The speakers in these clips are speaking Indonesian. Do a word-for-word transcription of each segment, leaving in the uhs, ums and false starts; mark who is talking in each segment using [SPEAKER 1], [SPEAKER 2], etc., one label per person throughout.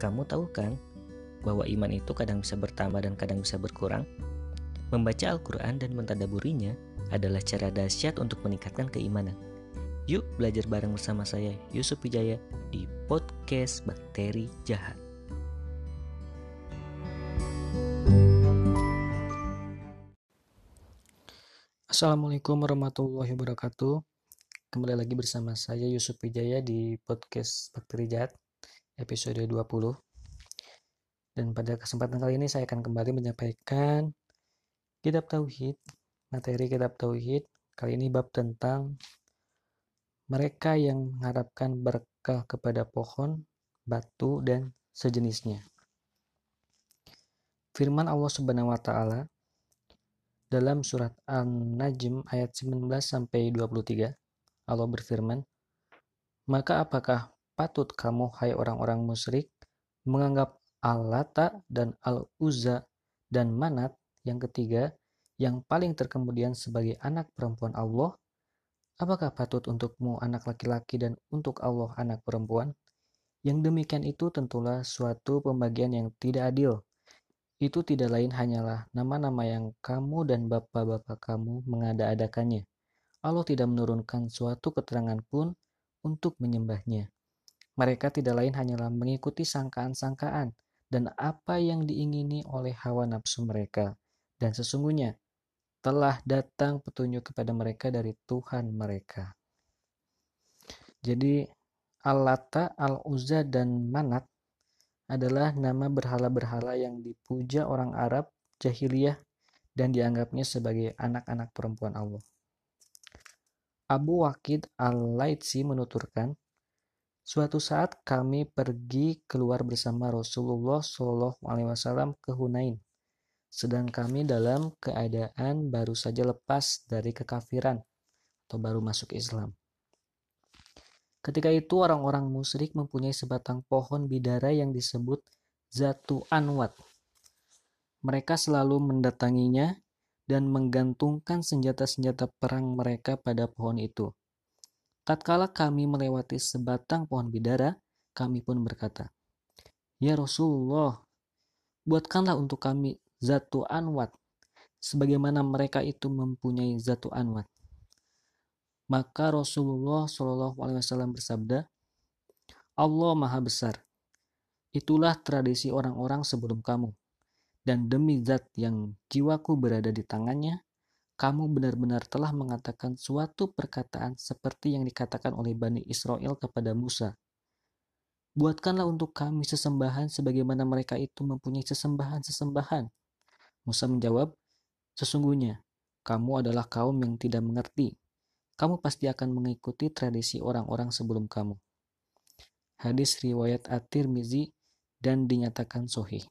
[SPEAKER 1] Kamu tahu kan bahwa iman itu kadang bisa bertambah dan kadang bisa berkurang? Membaca Al-Quran dan mentadaburinya adalah cara dahsyat untuk meningkatkan keimanan. Yuk belajar bareng bersama saya, Yusuf Wijaya, di podcast Bakteri Jahat.
[SPEAKER 2] Assalamualaikum warahmatullahi wabarakatuh. Kembali lagi bersama saya Yusuf Wijaya di podcast Bakteri Jahat episode dua puluh. Dan pada kesempatan kali ini saya akan kembali menyampaikan kitab tauhid, materi kitab tauhid. Kali ini bab tentang mereka yang mengharapkan berkah kepada pohon, batu, dan sejenisnya. Firman Allah Subhanahu wa taala dalam surat An-Najm ayat sembilan belas sampai dua puluh tiga. Allah berfirman, "Maka apakah patut kamu, hai orang-orang musyrik, menganggap Al-Lata dan Al-Uzza dan Manat yang ketiga, yang paling terkemudian sebagai anak perempuan Allah? Apakah patut untukmu anak laki-laki dan untuk Allah anak perempuan? Yang demikian itu tentulah suatu pembagian yang tidak adil. Itu tidak lain hanyalah nama-nama yang kamu dan bapak-bapak kamu mengada-adakannya. Allah tidak menurunkan suatu keterangan pun untuk menyembahnya. Mereka tidak lain hanyalah mengikuti sangkaan-sangkaan dan apa yang diingini oleh hawa nafsu mereka. Dan sesungguhnya telah datang petunjuk kepada mereka dari Tuhan mereka." Jadi Al-Lata, Al-Uzza, dan Manat adalah nama berhala-berhala yang dipuja orang Arab jahiliyah dan dianggapnya sebagai anak-anak perempuan Allah. Abu Waqid Al-Laitsi menuturkan, "Suatu saat kami pergi keluar bersama Rasulullah shallallahu alaihi wasallam ke Hunain, sedang kami dalam keadaan baru saja lepas dari kekafiran atau baru masuk Islam. Ketika itu orang-orang musyrik mempunyai sebatang pohon bidara yang disebut Zatu Anwat. Mereka selalu mendatanginya dan menggantungkan senjata-senjata perang mereka pada pohon itu. Tatkala kami melewati sebatang pohon bidara, kami pun berkata, 'Ya Rasulullah, buatkanlah untuk kami Zatu Anwat, sebagaimana mereka itu mempunyai Zatu Anwat.' Maka Rasulullah shallallahu alaihi wasallam bersabda, 'Allah Maha Besar. Itulah tradisi orang-orang sebelum kamu. Dan demi zat yang jiwaku berada di tangannya, kamu benar-benar telah mengatakan suatu perkataan seperti yang dikatakan oleh Bani Israel kepada Musa. Buatkanlah untuk kami sesembahan sebagaimana mereka itu mempunyai sesembahan-sesembahan.' Musa menjawab, 'Sesungguhnya, kamu adalah kaum yang tidak mengerti. Kamu pasti akan mengikuti tradisi orang-orang sebelum kamu.'" Hadis riwayat At-Tirmizi dan dinyatakan sahih.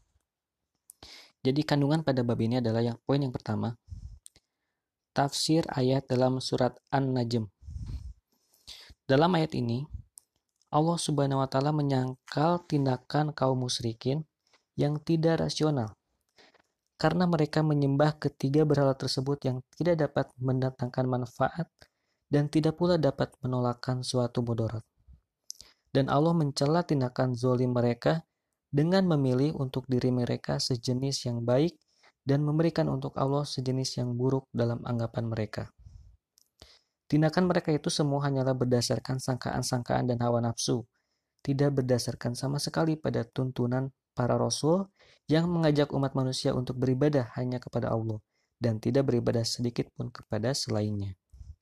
[SPEAKER 2] Jadi kandungan pada bab ini adalah yang poin yang pertama, tafsir ayat dalam surat An-Najm. Dalam ayat ini, Allah Subhanahu wa taala menyangkal tindakan kaum musyrikin yang tidak rasional karena mereka menyembah ketiga berhala tersebut yang tidak dapat mendatangkan manfaat dan tidak pula dapat menolakkan suatu mudarat. Dan Allah mencela tindakan zalim mereka dengan memilih untuk diri mereka sejenis yang baik dan memberikan untuk Allah sejenis yang buruk dalam anggapan mereka. Tindakan mereka itu semua hanyalah berdasarkan sangkaan-sangkaan dan hawa nafsu, tidak berdasarkan sama sekali pada tuntunan para rasul yang mengajak umat manusia untuk beribadah hanya kepada Allah dan tidak beribadah sedikit pun kepada selainnya.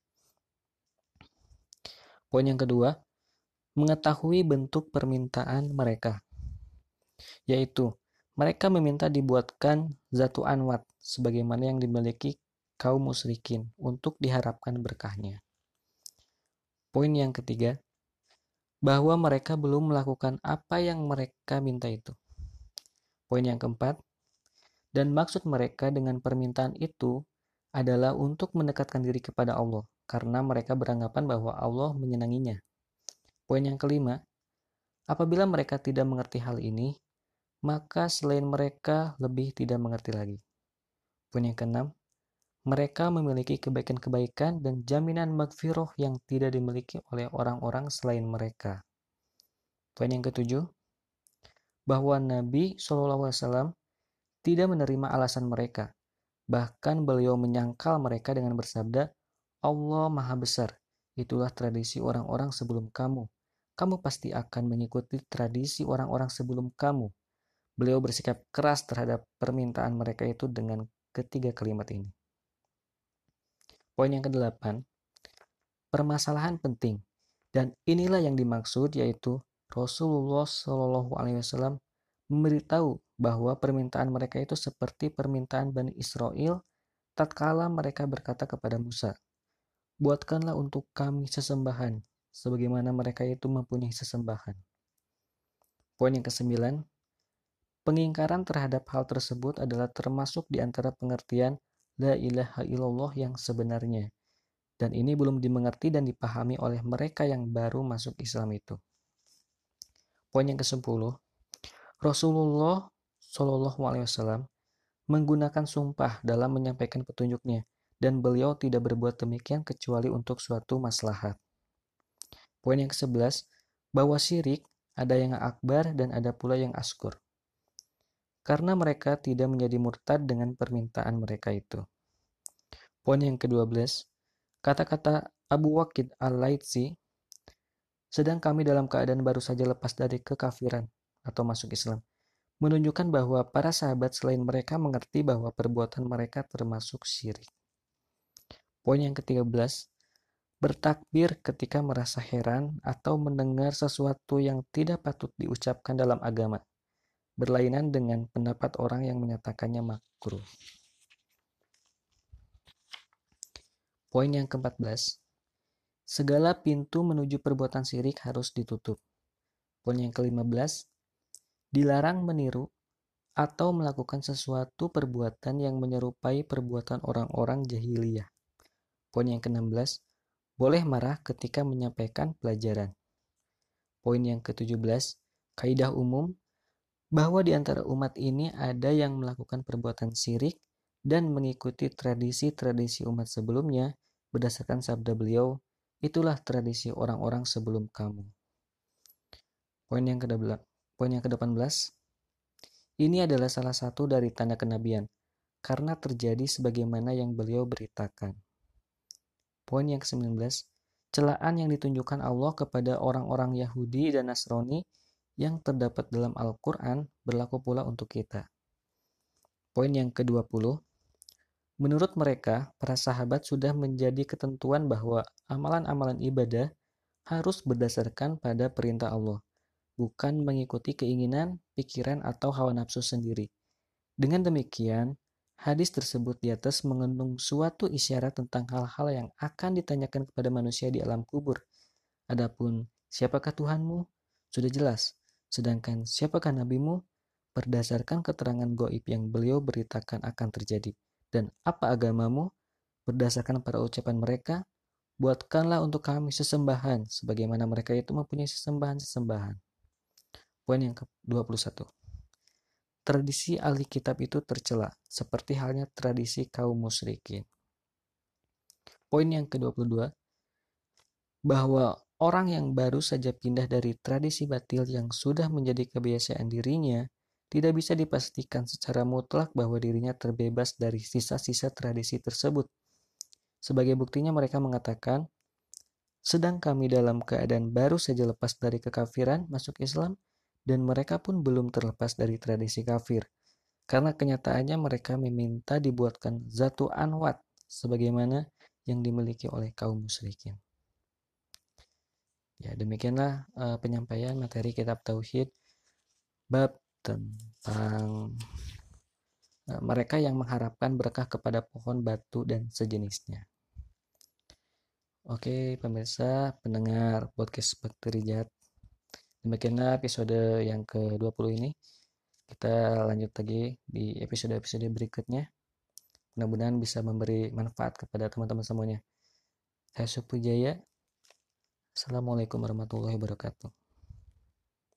[SPEAKER 2] Poin yang kedua, mengetahui bentuk permintaan mereka, yaitu mereka meminta dibuatkan Zatu Anwat sebagaimana yang dimiliki kaum musyrikin untuk diharapkan berkahnya. Poin yang ketiga, bahwa mereka belum melakukan apa yang mereka minta itu. Poin yang keempat, dan maksud mereka dengan permintaan itu adalah untuk mendekatkan diri kepada Allah karena mereka beranggapan bahwa Allah menyenanginya. Poin yang kelima, apabila mereka tidak mengerti hal ini, maka selain mereka lebih tidak mengerti lagi. Poin yang keenam, mereka memiliki kebaikan-kebaikan dan jaminan maghfirah yang tidak dimiliki oleh orang-orang selain mereka. Poin yang ketujuh, bahwa Nabi shallallahu alaihi wasallam tidak menerima alasan mereka. Bahkan beliau menyangkal mereka dengan bersabda, Allah Maha Besar, itulah tradisi orang-orang sebelum kamu. Kamu pasti akan mengikuti tradisi orang-orang sebelum kamu. Beliau bersikap keras terhadap permintaan mereka itu dengan ketiga kalimat ini. Poin yang kedelapan, permasalahan penting. Dan inilah yang dimaksud, yaitu Rasulullah shallallahu alaihi wasallam memberitahu bahwa permintaan mereka itu seperti permintaan Bani Israel tatkala mereka berkata kepada Musa, buatkanlah untuk kami sesembahan, sebagaimana mereka itu mempunyai sesembahan. Poin yang kesembilan, pengingkaran terhadap hal tersebut adalah termasuk di antara pengertian La ilaha illallah yang sebenarnya. Dan ini belum dimengerti dan dipahami oleh mereka yang baru masuk Islam itu. Poin yang kesepuluh, Rasulullah shallallahu alaihi wasallam menggunakan sumpah dalam menyampaikan petunjuknya, dan beliau tidak berbuat demikian kecuali untuk suatu maslahat. Poin yang kesebelas, bahwa syirik ada yang akbar dan ada pula yang asghar. Karena mereka tidak menjadi murtad dengan permintaan mereka itu. Poin yang kedua belas, kata-kata Abu Waqid al-Laitsi, sedang kami dalam keadaan baru saja lepas dari kekafiran atau masuk Islam, menunjukkan bahwa para sahabat selain mereka mengerti bahwa perbuatan mereka termasuk syirik. Poin yang ketiga belas, bertakbir ketika merasa heran atau mendengar sesuatu yang tidak patut diucapkan dalam agama, berlainan dengan pendapat orang yang menyatakannya makruh. Poin yang keempat belas, segala pintu menuju perbuatan syirik harus ditutup. Poin yang kelima belas, dilarang meniru atau melakukan sesuatu perbuatan yang menyerupai perbuatan orang-orang jahiliyah. Poin yang keenam belas, boleh marah ketika menyampaikan pelajaran. Poin yang ketujuh belas, kaidah umum bahwa di antara umat ini ada yang melakukan perbuatan syirik dan mengikuti tradisi-tradisi umat sebelumnya berdasarkan sabda beliau, itulah tradisi orang-orang sebelum kamu. Poin yang ke-delapan belas, ini adalah salah satu dari tanda kenabian, karena terjadi sebagaimana yang beliau beritakan. Poin yang ke-sembilan belas, celaan yang ditunjukkan Allah kepada orang-orang Yahudi dan Nasrani yang terdapat dalam Al-Quran berlaku pula untuk kita. Poin yang ke-dua puluh, menurut mereka, para sahabat sudah menjadi ketentuan bahwa amalan-amalan ibadah harus berdasarkan pada perintah Allah, bukan mengikuti keinginan, pikiran, atau hawa nafsu sendiri. Dengan demikian, hadis tersebut di atas mengandung suatu isyarat tentang hal-hal yang akan ditanyakan kepada manusia di alam kubur. Adapun siapakah Tuhanmu? Sudah jelas. Sedangkan siapakah nabimu? Berdasarkan keterangan gaib yang beliau beritakan akan terjadi. Dan apa agamamu? Berdasarkan para ucapan mereka, buatkanlah untuk kami sesembahan, sebagaimana mereka itu mempunyai sesembahan-sesembahan. Poin yang ke dua puluh satu. Tradisi ahli kitab itu tercela, seperti halnya tradisi kaum musyrikin. Poin yang ke dua puluh dua, bahwa orang yang baru saja pindah dari tradisi batil yang sudah menjadi kebiasaan dirinya, tidak bisa dipastikan secara mutlak bahwa dirinya terbebas dari sisa-sisa tradisi tersebut. Sebagai buktinya mereka mengatakan, sedang kami dalam keadaan baru saja lepas dari kekafiran masuk Islam, dan mereka pun belum terlepas dari tradisi kafir. Karena kenyataannya mereka meminta dibuatkan zatu anwat, sebagaimana yang dimiliki oleh kaum musyrikin. Ya, demikianlah uh, penyampaian materi kitab Tauhid bab tentang uh, mereka yang mengharapkan berkah kepada pohon, batu, dan sejenisnya. Oke, pemirsa, pendengar podcast Bakterijat. Demikianlah episode yang ke dua puluh ini. Kita lanjut lagi di episode-episode berikutnya. Mudah-mudahan bisa memberi manfaat kepada teman-teman semuanya. Saya Supujaya. Assalamualaikum warahmatullahi wabarakatuh.